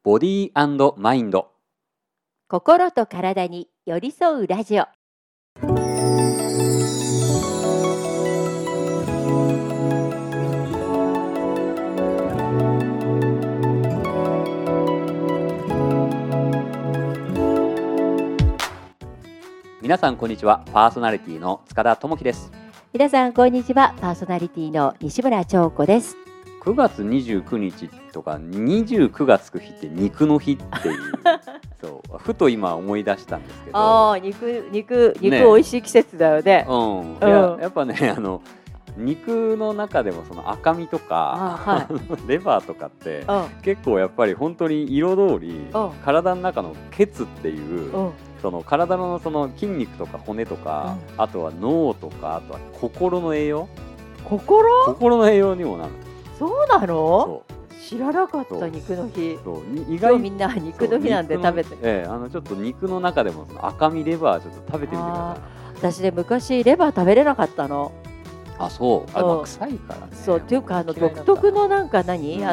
ボディーマインド。 心と体に寄り添うラジオ。 皆さんこんにちは。パーソナリティの塚田智樹です。 皆さんこんにちは。パーソナリティの西村彫子です。 9月29日とか29がつく日って肉の日っていうそうふと今思い出したんですけど、 肉ね、 美味しい季節だよね。 やっぱね、肉の中でもその赤身とか、 はい、 レバーとかって結構やっぱり本当に色通り体の中の血っていうその体のその筋肉とか骨とか、あとは脳とか、あとは心の栄養、心の栄養にもなる。 そうなの？知らなかった。肉の日。意外にみんな肉の日なんで食べてる。 ちょっと肉の中でもその赤身レバーちょっと食べてみてください。 私で昔レバー食べれなかったの。 あ、そう。臭いからね。 そうっていうか独特のなんか味、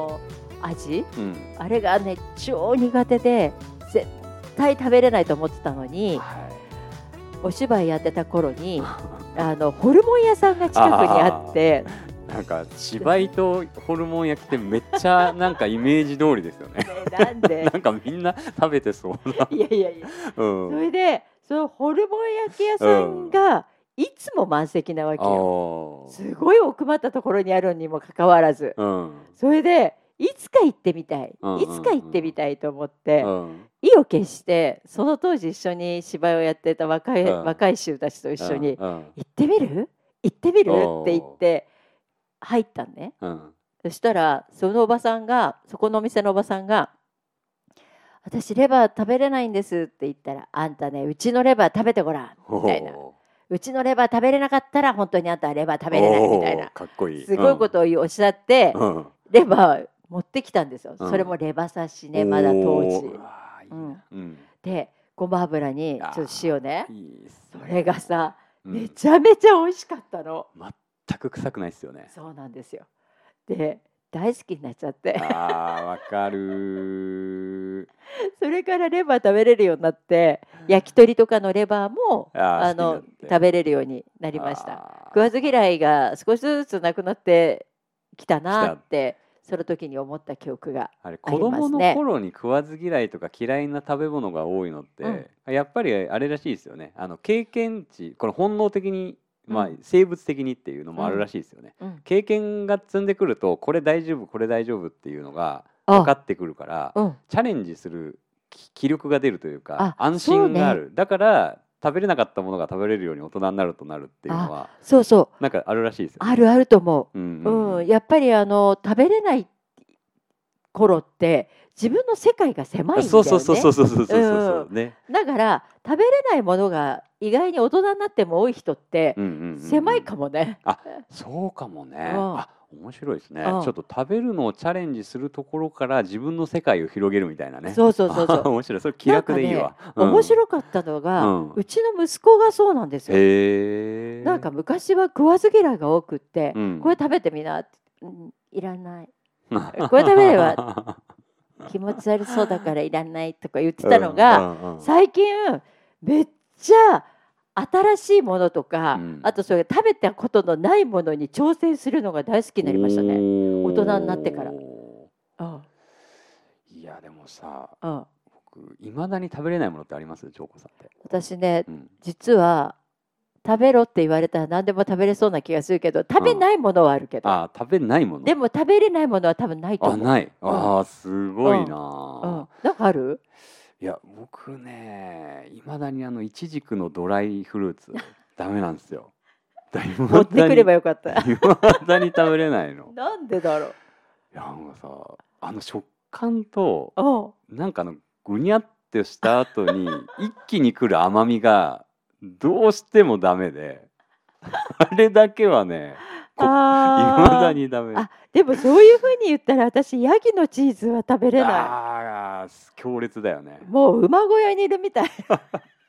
あれがね超苦手で絶対食べれないと思ってたのに、お芝居やってた頃にホルモン屋さんが近くにあって。 なんか芝居とホルモン焼きってめっちゃなんかイメージ通りですよね。 なんでなんかみんな食べてそうな。 いや、それでそのホルモン焼き屋さんがいつも満席なわけよ。すごい奥まったところにあるにもかかわらず、それでいつか行ってみたい、と思って、意を決してその当時一緒に芝居をやってた若い衆たちと一緒に行ってみるって言って入ったんね。そしたらそこのお店のおばさんが「私レバー食べれないんです」って言ったら「あんたね、うちのレバー食べてごらん」みたいな。うちのレバー食べれなかったら本当にあんたはレバー食べれないみたいな、 かっこいい、 すごいことをおっしゃって、レバー持ってきたんですよ。それもレバ刺しね、まだ当時。でごま油にちょっと塩ね。それがさめちゃめちゃ美味しかったの。 全く臭くないですよね。 そうなんですよ。で大好きになっちゃって。 わかる。 それからレバー食べれるようになって、焼き鳥とかのレバーも食べれるようになりました。食わず嫌いが少しずつなくなってきたなってその時に思った記憶がありますね。 子供の頃に食わず嫌いとか嫌いな食べ物が多いのって、やっぱりあれらしいですよね。経験値、これ本能的に生物的にっていうのもあるらしいですよね。経験が積んでくるとこれ大丈夫っていうのが分かってくるから、チャレンジする気力が出るというか安心がある。だから食べれなかったものが食べれるように大人になるっていうのはなんかあるらしいですよね。 あると思う。やっぱり食べれない頃って自分の世界が狭いんだよね。だから食べれないものが意外に大人になっても多い人って狭いかもね。 そうかもね。面白いですね。ちょっと食べるのをチャレンジするところから自分の世界を広げるみたいなね。 そう面白い。それ気楽でいいわ。 面白かったのがうちの息子がそうなんですよ。なんか昔は食わず嫌いが多くってこれ食べてみなって、いらない、これ食べれば気持ち悪そうだからいらないとか言ってたのが、最近めっちゃ新しいものとか、あとそれ食べたことのないものに挑戦するのが大好きになりましたね、大人になってから。 いやでもさ、僕いまだに食べれないものってあります？彫子さんって。 私ね、実は食べろって言われたら何でも食べれそうな気がするけど、食べないものはあるけど。 食べないもの。 でも食べれないものは多分ないと思う。 ない。すごいな。 なんかある？ いや僕ね、いまだにイチジクのドライフルーツダメなんですよ。 持ってくればよかった。 いまだに食べれないの。 なんでだろう。 いやさ、食感となんかぐにゃってした後に一気にくる甘みがどうしてもダメで、あれだけはね、いまだにダメ。 でもそういう風に言ったら私ヤギのチーズは食べれない。強烈だよね。 もう馬小屋にいるみたい。 確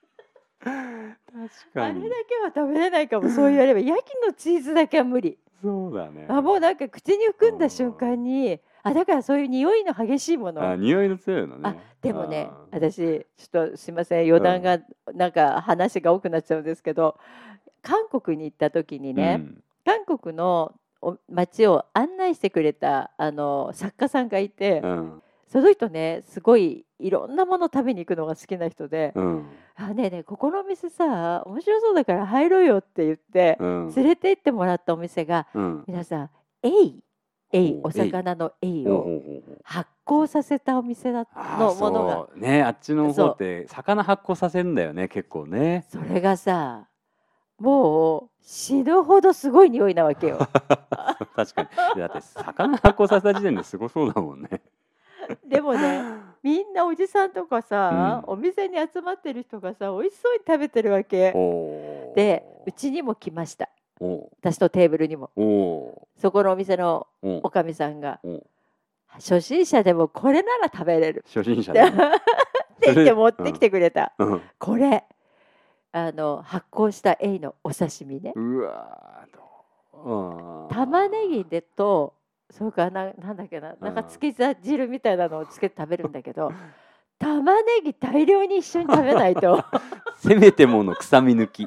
かに。 あれだけは食べれないかも。そう言われればヤギのチーズだけは無理。 そうだね。 もうなんか口に含んだ瞬間にだからそういう匂いの激しいもの。 匂いの強いのね。 でもね、私ちょっとすいません、余談がなんか話が多くなっちゃうんですけど、韓国に行った時にね、韓国の街を案内してくれた作家さんがいて、その人ね、すごいいろんなもの食べに行くのが好きな人で、ねえねえ、ここのお店さ、面白そうだから入ろうよって言って、連れて行ってもらったお店が、皆さん、お魚のエイを発酵させたお店のものがね、あっちの方って魚発酵させるんだよね、結構ね。 それがさ、もう死ぬほどすごい匂いなわけよ。 確かに。だって魚発酵させた時点ですごそうだもんね。 でもね、みんなおじさんとかさ、お店に集まってる人がさ、美味しそうに食べてるわけで、うちにも来ました。私のテーブルにも。そこのお店のおかみさんが、初心者でもこれなら食べれる初心者でって言って持ってきてくれた。これ発酵したエイのお刺身ね。 うわ玉ねぎでと、それからなんだっけな、なんかつけ汁みたいなのをつけて食べるんだけど、玉ねぎ大量に一緒に食べないとせめてもの臭み抜き。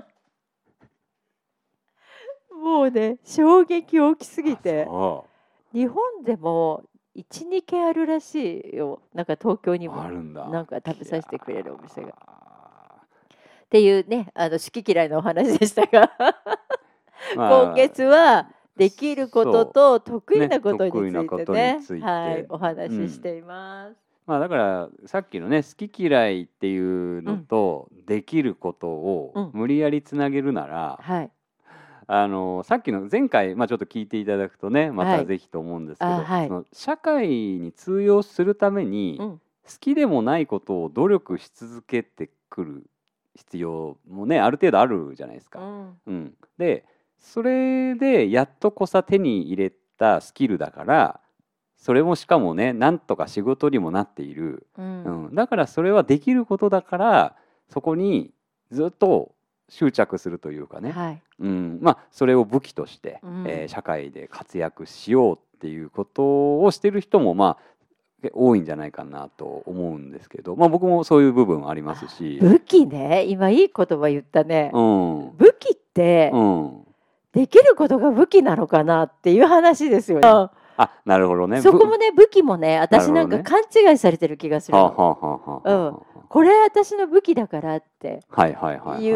もうね、衝撃大きすぎて、日本でも1、2軒あるらしいよ。なんか東京にもなんか食べさせてくれるお店が。っていうね、好き嫌いのお話でしたが今月はできることと得意なことについてね、お話ししています。 だからさっきのね、好き嫌いっていうのとできることを無理やりつなげるなら、さっきの前回、ちょっと聞いていただくとね、またぜひと思うんですけど、その社会に通用するために、好きでもないことを努力し続けてくる必要もね、ある程度あるじゃないですか。でそれでやっとこさ手に入れたスキルだから、それもしかもね、なんとか仕事にもなっている、だからそれはできることだから、そこにずっと執着するというかね、それを武器として、社会で活躍しようっていうことをしてる人も多いんじゃないかなと思うんですけど、僕もそういう部分ありますし。 武器ね、今いい言葉言ったね。武器って、できることが武器なのかなっていう話ですよね。 なるほどね。 そこもね、武器もね、私なんか勘違いされてる気がするの。これ私の武器だからっていう、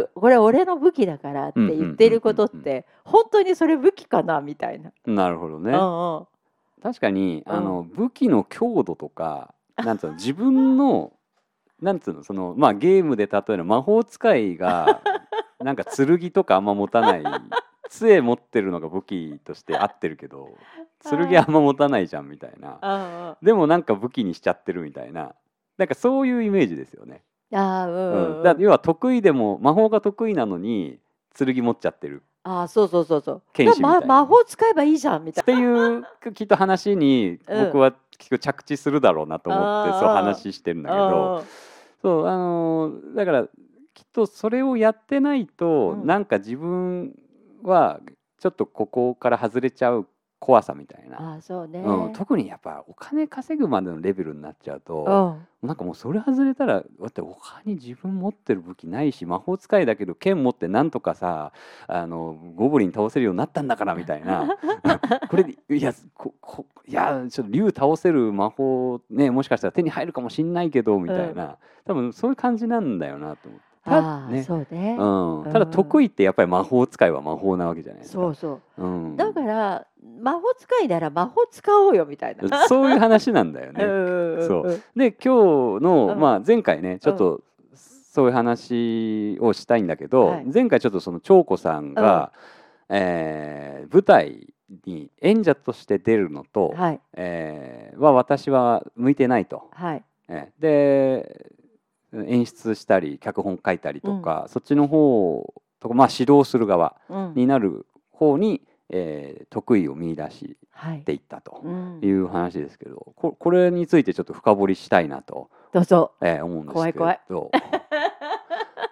これ俺の武器だからって言ってることって、本当にそれ武器かなみたいな。 なるほどね。確かに武器の強度とか、なんつうの、自分のなんつうの、そのゲームで例える魔法使いがなんか剣とかあんま持たない、杖持ってるのが武器として合ってるけど、剣あんま持たないじゃんみたいな。でもなんか武器にしちゃってるみたいな、なんかそういうイメージですよね。要は得意でも魔法が得意なのに剣持っちゃってる。 そう魔法使えばいいじゃんみたいなっていうきっと話に僕は着地するだろうなと思ってそう話してるんだけど、だからきっとそれをやってないと、なんか自分はちょっとここから外れちゃう怖さみたいな。特にやっぱお金稼ぐまでのレベルになっちゃうと、なんかもうそれ外れたら、だって他に自分持ってる武器ないし、魔法使いだけど剣持ってなんとかさ、ゴブリン倒せるようになったんだからみたいなこれいやちょっと竜倒せる魔法ね、もしかしたら手に入るかもしんないけどみたいな、多分そういう感じなんだよなと思って。ただ得意ってやっぱり魔法使いは魔法なわけじゃないですか。だから魔法使いなら魔法使おうよみたいなそういう話なんだよね。で今日の、前回ねちょっとそういう話をしたいんだけど、前回ちょっとその長子さんが、舞台に演者として出るのと、私は向いてないと。で演出したり脚本書いたりとか、そっちの方とか、指導する側になる方に、得意を見出していったという話ですけど、これについてちょっと深掘りしたいなと思うんですけど。 怖いい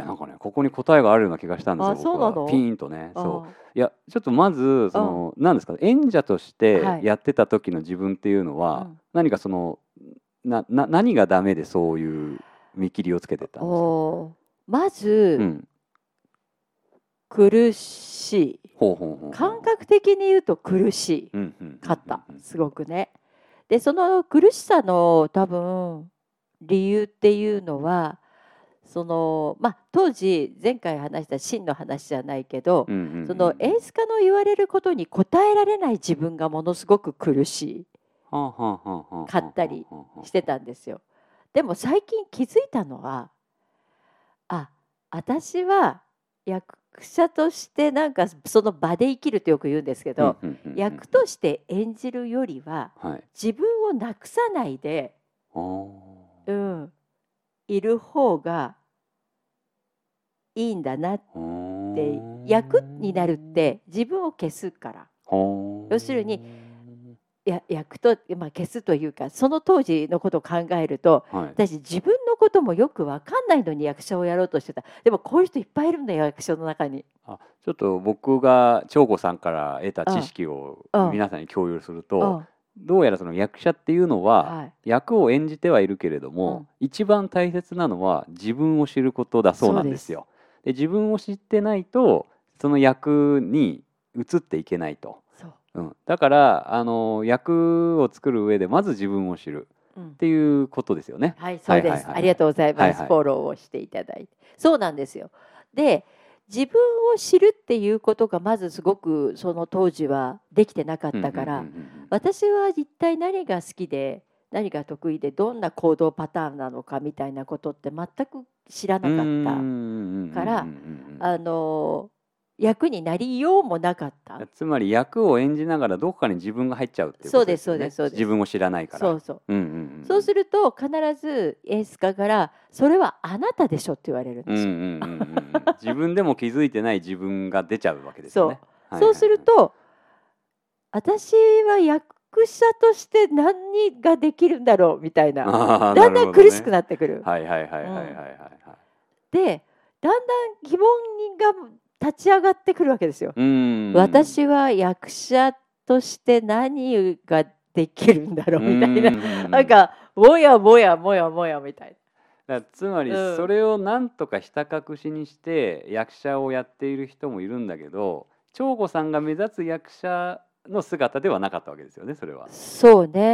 やなんかねここに答えがあるような気がしたんですよ。 そうなの？ ピーンとね。そういやちょっとまずその何ですか、演者としてやってた時の自分っていうのは、何かその何がダメでそういう見切りをつけてたんですか？ まず、苦しい。感覚的に言うと苦しかった。すごくね。でその苦しさの多分理由っていうのはその当時前回話した真の話じゃないけど、その演出家の言われることに応えられない自分がものすごく苦しかったりしてたんですよ。でも最近気づいたのは私は役者としてなんかその場で生きるとよく言うんですけど、役として演じるよりは、自分をなくさないで、いる方がいいんだなって。役になるって自分を消すから。要するに役と、消すというかその当時のことを考えると、私自分のこともよく分かんないのに役者をやろうとしてた。でもこういう人いっぱいいるんだよ役者の中に。 ちょっと僕が長子さんから得た知識を皆さんに共有すると、どうやらその役者っていうのは、役を演じてはいるけれども、一番大切なのは自分を知ることだそうなんですよ。で自分を知ってないとその役に移っていけないと。だから役を作る上でまず自分を知るっていうことですよね。 そうです。ありがとうございます。フォローをしていただいて。そうなんですよ。で自分を知るっていうことがまずすごくその当時はできてなかったから、私は一体何が好きで何が得意でどんな行動パターンなのかみたいなことって全く知らなかったから役になりようもなかった。 つまり役を演じながらどこかに自分が入っちゃうっていうことですよね。自分を知らないから。 そうすると必ず演出家から「それはあなたでしょ」って言われるんですよ。 自分でも気づいてない自分が出ちゃうわけですよね。 そうすると私は役者として何ができるんだろうみたいな、だんだん苦しくなってくる。でだんだん疑問が立ち上がってくるわけですよ。私は役者として何ができるんだろうみたいな、なんかもやもやもやもやみたいな。つまりそれをなんとかひた隠しにして役者をやっている人もいるんだけど、長子さんが目指す役者の姿ではなかったわけですよね、それは。 そうね。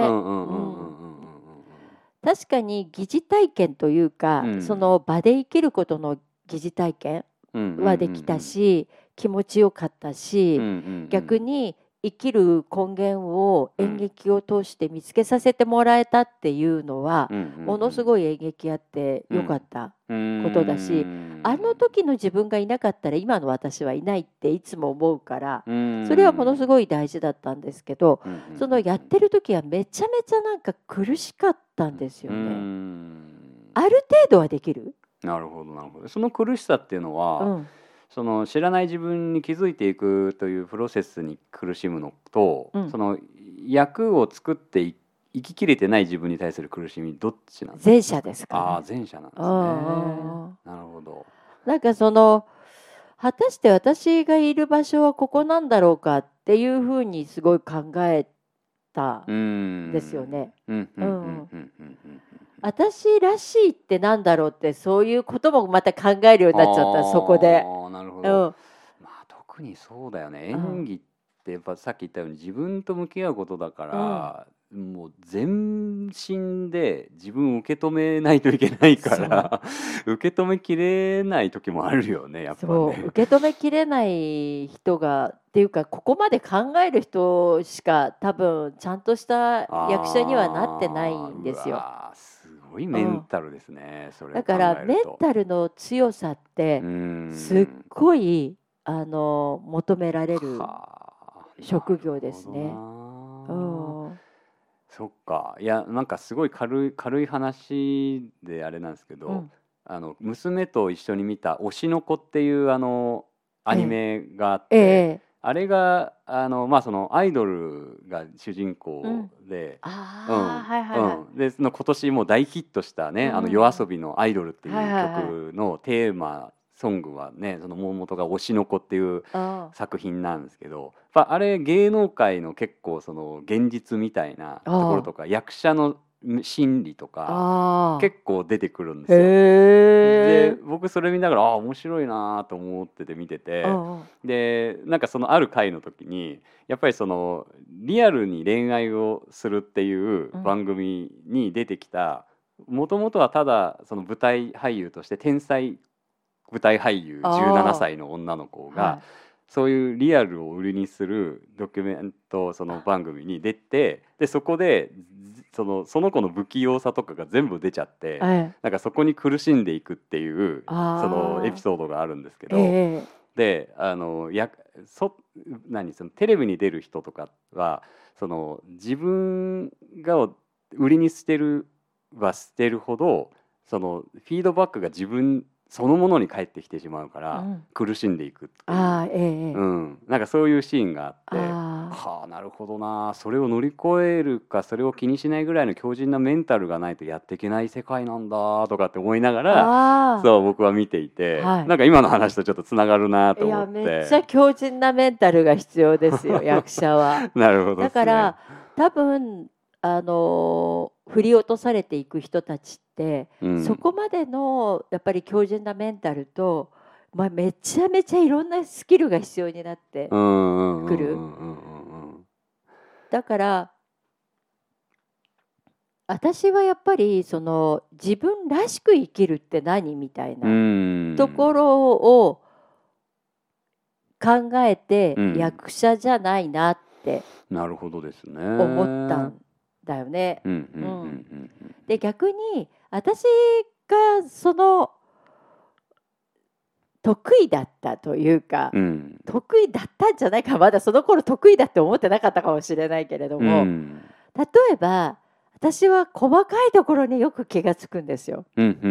確かに疑似体験というか、その場で生きることの疑似体験はできたし、気持ちよかったし、逆に生きる根源を演劇を通して見つけさせてもらえたっていうのは、ものすごい演劇やってよかったことだし、あの時の自分がいなかったら今の私はいないっていつも思うから、それはものすごい大事だったんですけど、そのやってる時はめちゃめちゃなんか苦しかったんですよね。ある程度はできる。 なるほどなるほど。その苦しさっていうのは、その知らない自分に気づいていくというプロセスに苦しむのと、その役を作って生ききれてない自分に対する苦しみ、どっちなんですか？ 前者ですかね。 前者なんですね。なるほど。 なんかその果たして私がいる場所はここなんだろうかっていうふうにすごい考えたんですよね。私らしいってなんだろうって、そういうこともまた考えるようになっちゃった、そこで。 なるほど。特にそうだよね。演技ってやっぱさっき言ったように自分と向き合うことだから、もう全身で自分を受け止めないといけないから受け止めきれない時もあるよね、やっぱね。 受け止めきれない人がっていうか、ここまで考える人しか多分ちゃんとした役者にはなってないんですよ。 すごいメンタルですね。それだからメンタルの強さってすっごい求められる職業ですね。 そっか。いやなんかすごい軽い話であれなんですけど、娘と一緒に見た「推しの子」っていうアニメがあって、あれがそのアイドルが主人公で、でその今年もう大ヒットしたね、夜遊びの「アイドル」っていう曲のテーマソングはね、その大元が推しの子っていう作品なんですけど、あれ芸能界の結構その現実みたいなところとか役者の心理とか結構出てくるんですよ。で僕それ見ながら面白いなと思ってて見てて、でなんかそのある回の時にやっぱりそのリアルに恋愛をするっていう番組に出てきた、もともとはただその舞台俳優として天才舞台俳優17歳の女の子がそういうリアルを売りにするドキュメントその番組に出て、でそこでその子の不器用さとかが全部出ちゃって、なんかそこに苦しんでいくっていうそのエピソードがあるんですけど、でそのテレビに出る人とかはその自分が売りにしてるほどそのフィードバックが自分そのものに返ってきてしまうから苦しんでいくっていう、なんかそういうシーンがあって、はあなるほどな、それを乗り越えるかそれを気にしないぐらいの強靭なメンタルがないとやっていけない世界なんだとかって思いながらそう僕は見ていて、なんか今の話とちょっとつながるなと思って。いやめっちゃ強靭なメンタルが必要ですよ役者は。 なるほどですね。 だから多分振り落とされていく人たちって、そこまでのやっぱり強靭なメンタルと、めちゃめちゃいろんなスキルが必要になってくる。だから私はやっぱりその自分らしく生きるって何みたいなところを考えて、役者じゃないなってなるほどですね思ったんだよね。で逆に私がその得意だったというか、得意だったんじゃないか、まだその頃得意だって思ってなかったかもしれないけれども、例えば私は細かいところによく気がつくんですよ。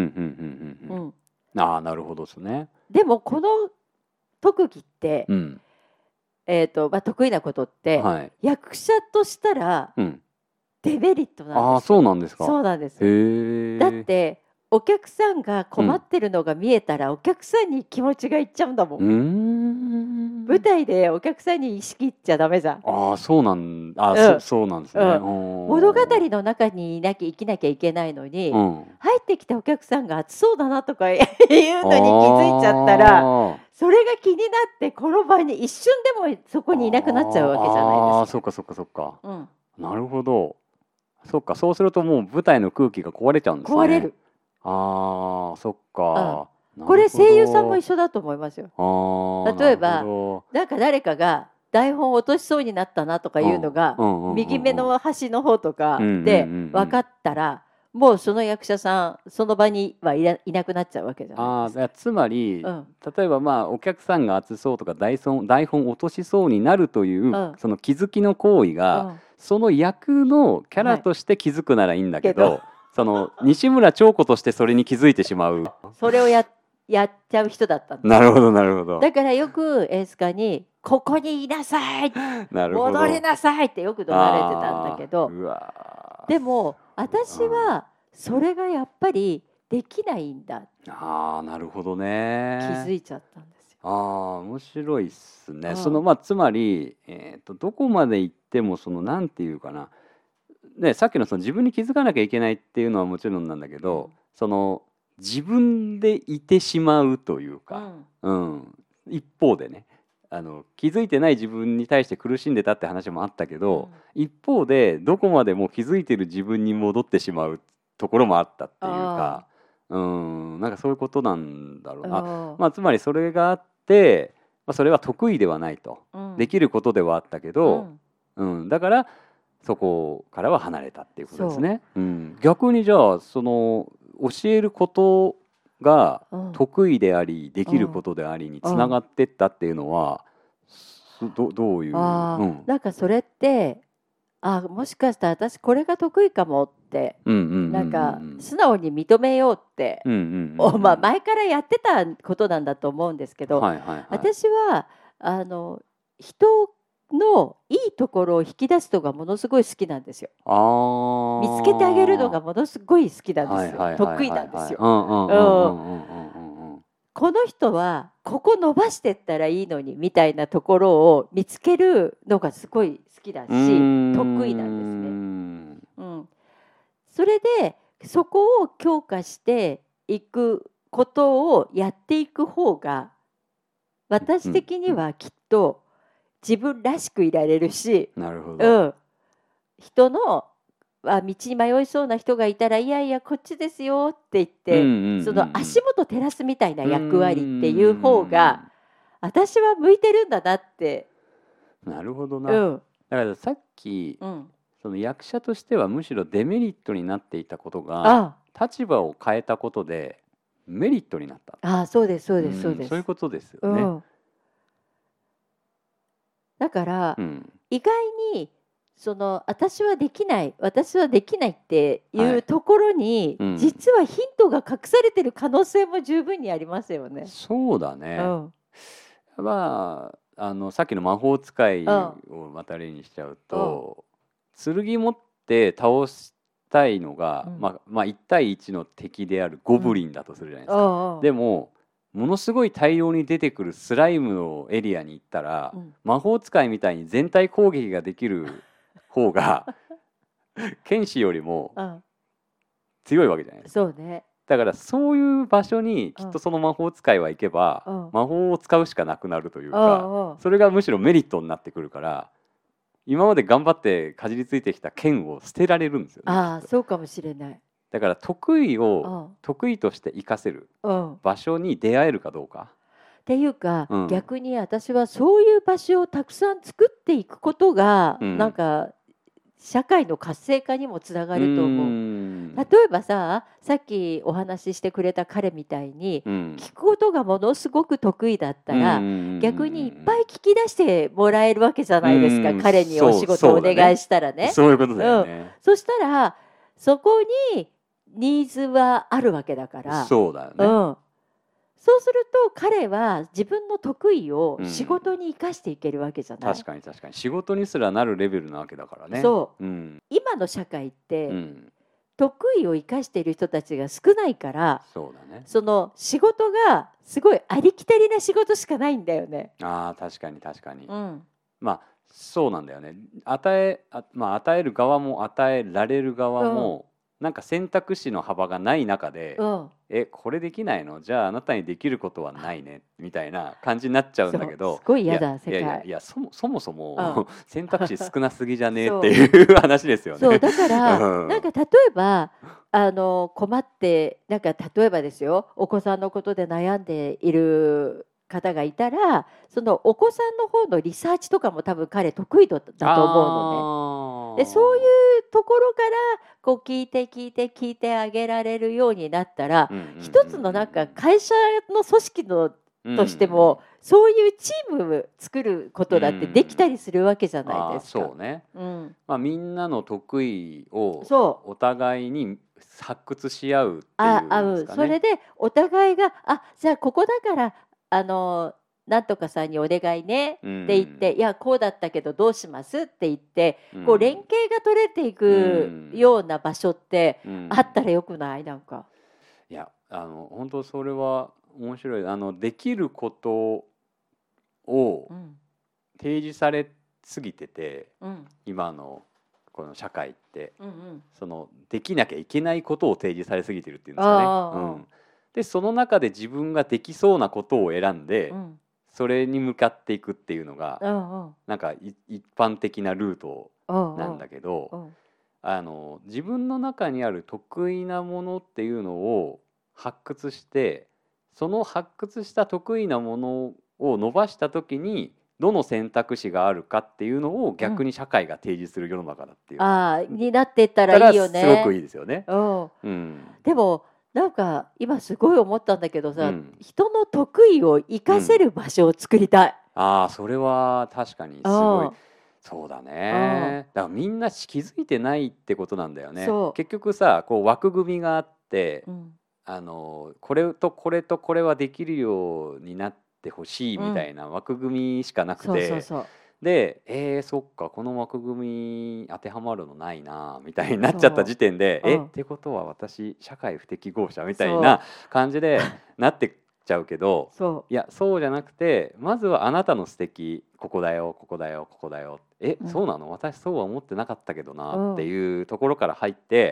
ああなるほどですね。 でもこの特技って、得意なことって、役者としたらデメリットなんですよ。 あ、そうなんですか。 そうなんです。だってお客さんが困ってるのが見えたら、お客さんに気持ちがいっちゃうんだもん。舞台でお客さんに意識いっちゃダメじゃん。 そうなんそうなんですね。 物語の中に生きなきゃいけないのに、入ってきたお客さんが暑そうだなとかいうのに気づいちゃったら、それが気になってこの場に一瞬でもそこにいなくなっちゃうわけじゃないですか。 そっか。なるほど。そっか、そうするともう舞台の空気が壊れちゃうんですね。 壊れる。 そっか。 これ声優さんも一緒だと思いますよ。例えばなんか誰かが台本落としそうになったなとかいうのが右目の端の方とかで分かったら、もうその役者さんその場にはいなくなっちゃうわけじゃないですか。 つまり、例えばお客さんが熱そうとか台本落としそうになるという、その気づきの行為が、その役のキャラとして気づくならいいんだけど、その西村彫子としてそれに気づいてしまう。 それをやっちゃう人だったんです。 なるほどなるほど。 だからよく演出家に「ここにいなさい」戻りなさいってよく怒られてたんだけど、でも私はそれがやっぱりできないんだ。 なるほどね。 気づいちゃったんですよ。 面白いっすね。つまり、どこまで行ってもそのなんていうかな、さっきのその自分に気づかなきゃいけないっていうのはもちろんなんだけど、その自分でいてしまうというか、一方でね、気づいてない自分に対して苦しんでたって話もあったけど、一方でどこまでも気づいてる自分に戻ってしまうところもあったっていうか、なんかそういうことなんだろうな。つまりそれがあって、それは得意ではないと、できることではあったけど、だからそこからは離れたっていうことですね。逆にじゃあその教えることが得意でありできることでありにつながってったっていうのはどういう。 なんかそれってもしかしたら私これが得意かもってなんか素直に認めようって前からやってたことなんだと思うんですけど、私は人のいいところを引き出すのがものすごい好きなんですよ。見つけてあげるのがものすごい好きなんですよ。得意なんですよ。 この人はここ伸ばしてったらいいのにみたいなところを見つけるのがすごい好きだし得意なんですね。それでそこを強化していくことをやっていく方が私的にはきっと自分らしくいられるし、 なるほど、 人の道に迷いそうな人がいたらいやいやこっちですよって言って、その足元照らすみたいな役割っていう方が私は向いてるんだなって。 なるほどな、だからさっき、その役者としてはむしろデメリットになっていたことが立場を変えたことでメリットになった。 そうですそうですそうです、 そういうことですよね。 だから、意外にその私はできないっていうところに、実はヒントが隠されてる可能性も十分にありますよね。 そうだね、まあさっきの魔法使いをまた例にしちゃうと、剣持って倒したいのが、1対1の敵であるゴブリンだとするじゃないですか。でもものすごい大量に出てくるスライムのエリアに行ったら、魔法使いみたいに全体攻撃ができる方が剣士よりも強いわけじゃないですか。 そうね。 だからそういう場所にきっとその魔法使いは行けば、魔法を使うしかなくなるというか、それがむしろメリットになってくるから、今まで頑張ってかじりついてきた剣を捨てられるんですよね。 そうかもしれない。 だから得意を得意として生かせる場所に出会えるかどうか。 っていうか、逆に私はそういう場所をたくさん作っていくことが、なんか社会の活性化にもつながると思う。例えばさっきお話ししてくれた彼みたいに、聞くことがものすごく得意だったら、逆にいっぱい聞き出してもらえるわけじゃないですか、彼にお仕事をお願いしたらね。 そういうことだよね。 そしたらそこにニーズはあるわけだから。 そうだよね。 そうすると彼は自分の得意を仕事に生かしていけるわけじゃない。 確かに確かに、仕事にすらなるレベルなわけだからね。 そう、今の社会って、得意を生かしている人たちが少ないから、 そうだね、 その仕事がすごいありきたりな仕事しかないんだよね。 確かに確かに、まあそうなんだよね。与える側も与えられる側も、なんか選択肢の幅がない中で、これできないの？じゃああなたにできることはないねみたいな感じになっちゃうんだけど、 すごい嫌だ世界。 いやそもそも選択肢少なすぎじゃねっていう話ですよね。 そうだからなんか例えば困ってなんか例えばですよ、お子さんのことで悩んでいる方がいたら、そのお子さんの方のリサーチとかも多分彼得意だと思うのね。でそういうところからこう聞いてあげられるようになったら、一つのなんか会社の組織のとしても、そういうチーム作ることだってできたりするわけじゃないですか。 そうね、みんなの得意をお互いに発掘し合うっていうんですかね。 それでお互いがじゃあここだからなんとかさんにお願いねって言って、いやこうだったけどどうしますって言って、こう連携が取れていくような場所ってあったらよくない？なんかいや本当それは面白い。できることを提示されすぎてて、今のこの社会って、そのできなきゃいけないことを提示されすぎてるっていうんですかね。でその中で自分ができそうなことを選んで、それに向かっていくっていうのが、なんか一般的なルートなんだけど、自分の中にある得意なものっていうのを発掘して、その発掘した得意なものを伸ばした時にどの選択肢があるかっていうのを逆に社会が提示する世の中だっていう、 になっていったらいいよね。 すごくいいですよね。 でもなんか今すごい思ったんだけどさ、人の得意を生かせる場所を作りたい。 それは確かにすごい。そうだね。だからみんな気づいてないってことなんだよね。結局さ、こう枠組みがあって、これとこれとこれはできるようになってほしいみたいな枠組みしかなくて、でそっかこの枠組み当てはまるのないなみたいになっちゃった時点で、ってことは私社会不適合者みたいな感じでなってちゃうけど、いやそうじゃなくて、まずはあなたの素敵、ここだよここだよここだよ、そうなの、私そうは思ってなかったけどなっていうところから入って、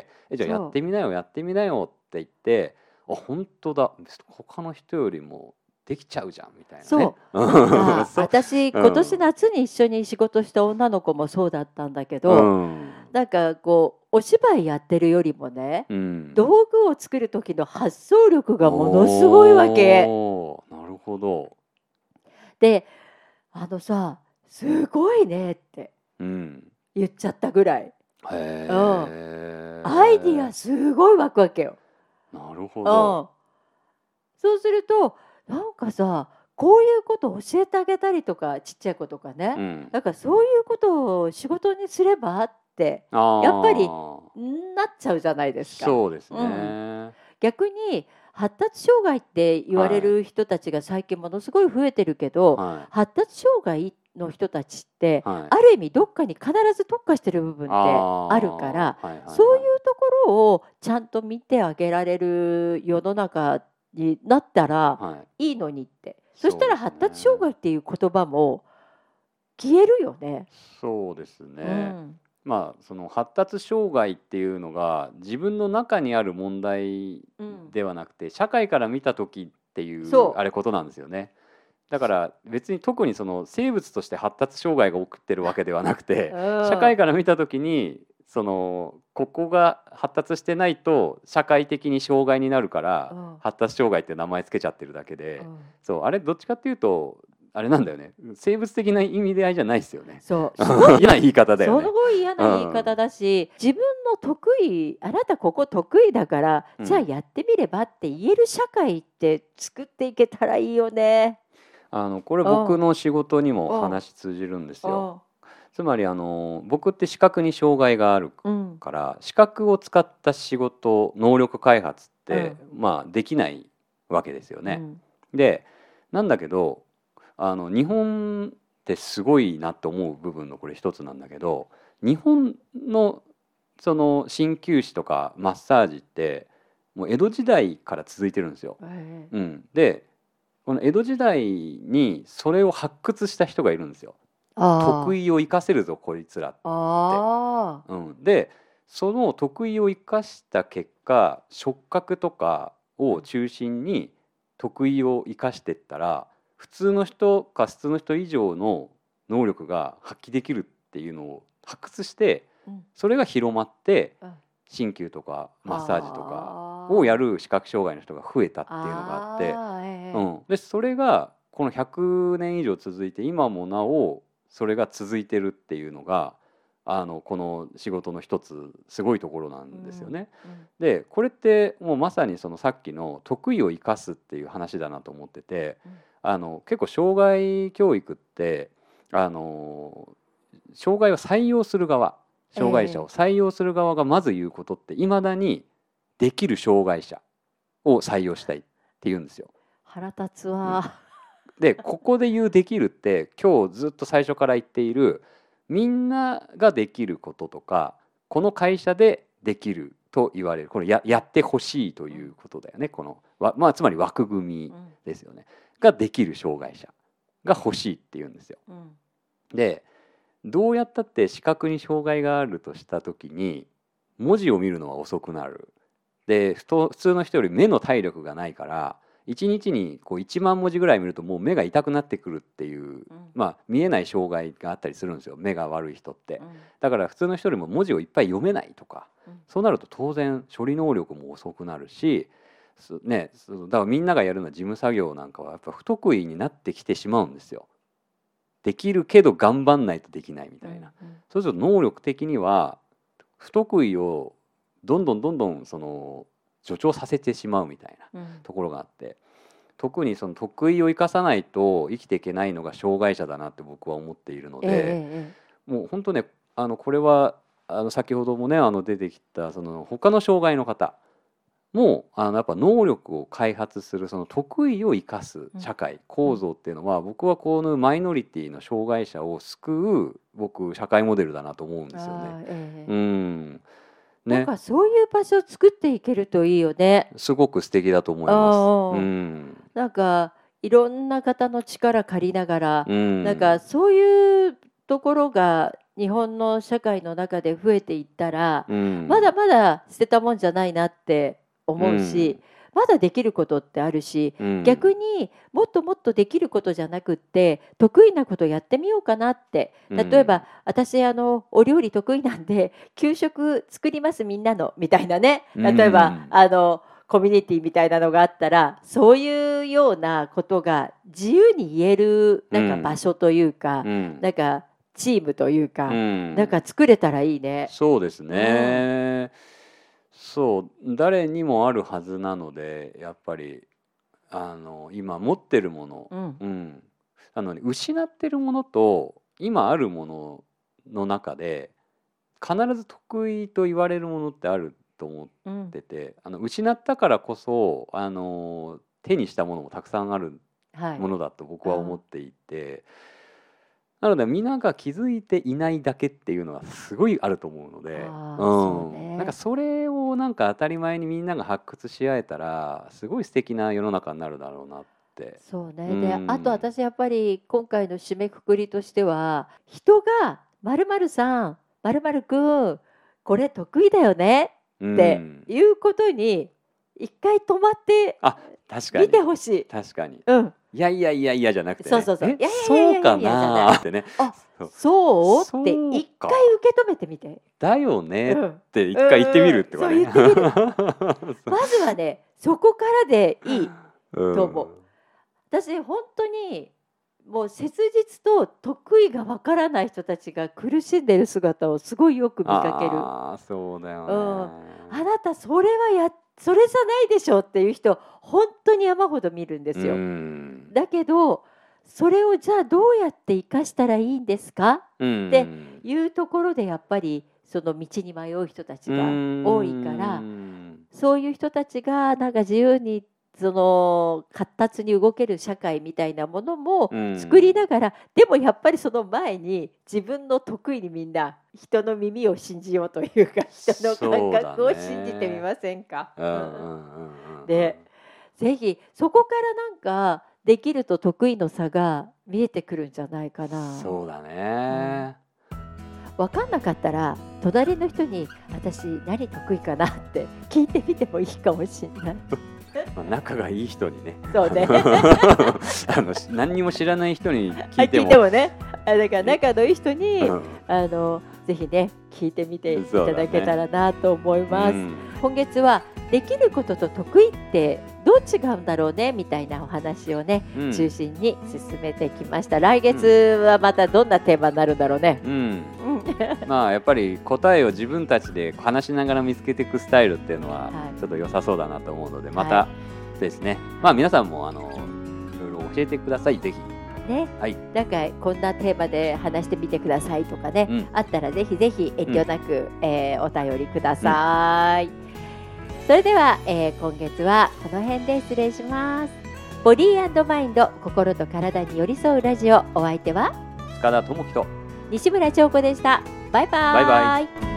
じゃあやってみなよやってみなよって言って、本当だ、他の人よりもできちゃうじゃんみたいなね。 私今年夏に一緒に仕事した女の子もそうだったんだけど、なんかこうお芝居やってるよりもね、道具を作る時の発想力がものすごいわけ。 なるほど。 で、さ、すごいねって言っちゃったぐらい。アイディアすごい湧くわけよ。 なるほど。 そうするとなんかさ、こういうことを教えてあげたりとか、ちっちゃい子とかね、だからそういうことを仕事にすればってやっぱりなっちゃうじゃないですか。 そうですね。 逆に発達障害って言われる人たちが最近ものすごい増えてるけど、発達障害の人たちって、ある意味どっかに必ず特化してる部分ってあるから、そういうところをちゃんと見てあげられる世の中になったらいいのにって、そしたら発達障害っていう言葉も消えるよね。 そうですね。まあその発達障害っていうのが自分の中にある問題ではなくて、社会から見た時っていうあれことなんですよね。だから別に特にその生物として発達障害が起こってるわけではなくて、社会から見た時にここが発達してないと社会的に障害になるから発達障害って名前つけちゃってるだけで、あれどっちかっていうとあれなんだよね、生物的な意味で合いじゃないですよね。 そうすごい嫌な言い方だよね。 すごい嫌な言い方だし、自分の得意、あなたここ得意だから、じゃあやってみればって言える社会って作っていけたらいいよね。 これ僕の仕事にも話通じるんですよ。つまり僕って視覚に障害があるから、視覚を使った仕事、能力開発って、できないわけですよね。でなんだけど日本ってすごいなって思う部分のこれ一つなんだけど、日本のその鍼灸師とかマッサージってもう江戸時代から続いてるんですよ。でこの江戸時代にそれを発掘した人がいるんですよ。得意を生かせるぞこいつらって。でその得意を生かした結果、触覚とかを中心に得意を生かしてったら、普通の人か普通の人以上の能力が発揮できるっていうのを発掘して、それが広まって鍼灸とかマッサージとかをやる視覚障害の人が増えたっていうのがあって、でそれがこの100年以上続いて、今もなおそれが続いてるっていうのがこの仕事の一つすごいところなんですよね。でこれってもうまさにそのさっきの得意を生かすっていう話だなと思ってて、結構障害教育って障害を採用する側、障害者を採用する側がまず言うことって、いまだにできる障害者を採用したいって言うんですよ。 腹立つわ。 でここで言うできるって、今日ずっと最初から言っているみんなができることとか、この会社でできると言われる、これ やってほしいということだよね。このつまり枠組みですよね。ができる障害者が欲しいって言うんですよ。でどうやったって視覚に障害があるとした時に文字を見るのは遅くなる。で普通の人より目の体力がないから、1日にこう1万文字ぐらい見るともう目が痛くなってくるっていう、見えない障害があったりするんですよ、目が悪い人って。だから普通の人よりも文字をいっぱい読めないとか、そうなると当然処理能力も遅くなるし、だからみんながやるのは事務作業なんかはやっぱ不得意になってきてしまうんですよ。できるけど頑張んないとできないみたいな。そうすると能力的には不得意をどんどんその助長させてしまうみたいなところがあって、特にその得意を生かさないと生きていけないのが障害者だなって僕は思っているので、もう本当ね、これは先ほどもね出てきたその他の障害の方もやっぱ能力を開発する、その得意を生かす社会構造っていうのは、僕はこのマイノリティの障害者を救う社会モデルだなと思うんですよね。 なんかそういう場所を作っていけるといいよね。 すごく素敵だと思います。 なんかいろんな方の力借りながら、なんかそういうところが日本の社会の中で増えていったら、まだまだ捨てたもんじゃないなって思うし、まだできることってあるし、逆にもっともっとできることじゃなくって得意なことやってみようかなって。例えば、私お料理得意なんで給食作りますみんなのみたいなね、例えばコミュニティみたいなのがあったら、そういうようなことが自由に言えるなんか場所というか、なんかチームというか、なんか作れたらいいね。 そうですね。そう誰にもあるはずなので、やっぱり今持ってるもの、失ってるものと今あるものの中で必ず得意と言われるものってあると思ってて、失ったからこそ手にしたものもたくさんあるものだと僕は思っていて、なので皆が気づいていないだけっていうのはすごいあると思うので、なんかそれをなんか当たり前にみんなが発掘し合えたらすごい素敵な世の中になるだろうなって。 そうね。で、あと私やっぱり今回の締めくくりとしては、人が〇〇さん、〇〇くん、これ得意だよねっていうことに一回止まって見てほしい。 確かに。いやいやいやいやじゃなくて、 そうかなってね。そうって一回受け止めてみて。 だよねって一回言ってみるってことね。 まずはね、そこからでいいと思う。私本当にもう切実と得意がわからない人たちが苦しんでる姿をすごいよく見かける。 そうだよね。 あなたそれじゃないでしょっていう人本当に山ほど見るんですよ。だけどそれをじゃあどうやって生かしたらいいんですかっていうところで、やっぱりその道に迷う人たちが多いから、そういう人たちがなんか自由にその活発に動ける社会みたいなものも作りながら、でもやっぱりその前に自分の得意にみんな人の耳を信じようというか、人の感覚を信じてみませんか。で、ぜひそこからなんかできると得意の差が見えてくるんじゃないかな。 そうだね。 分かんなかったら隣の人に私何得意かなって聞いてみてもいいかもしれない。 仲がいい人にね。 そうね。 何にも知らない人に聞いても。 聞いてもね。だから仲のいい人にぜひね聞いてみていただけたらなと思います。今月はできることと得意ってどう違うんだろうねみたいなお話をね、中心に進めてきました。来月はまたどんなテーマになるんだろうね。 まあやっぱり答えを自分たちで話しながら見つけていくスタイルっていうのはちょっと良さそうだなと思うので、またですね、まあ皆さんもいろいろ教えてください、ぜひ。 ね、なんかこんなテーマで話してみてくださいとかね、あったらぜひぜひ遠慮なく、お便りください。それでは、今月はこの辺で失礼します。ボディ&マインド、心と体に寄り添うラジオ、お相手は塚田智樹と西村彫子でした。バイバイ。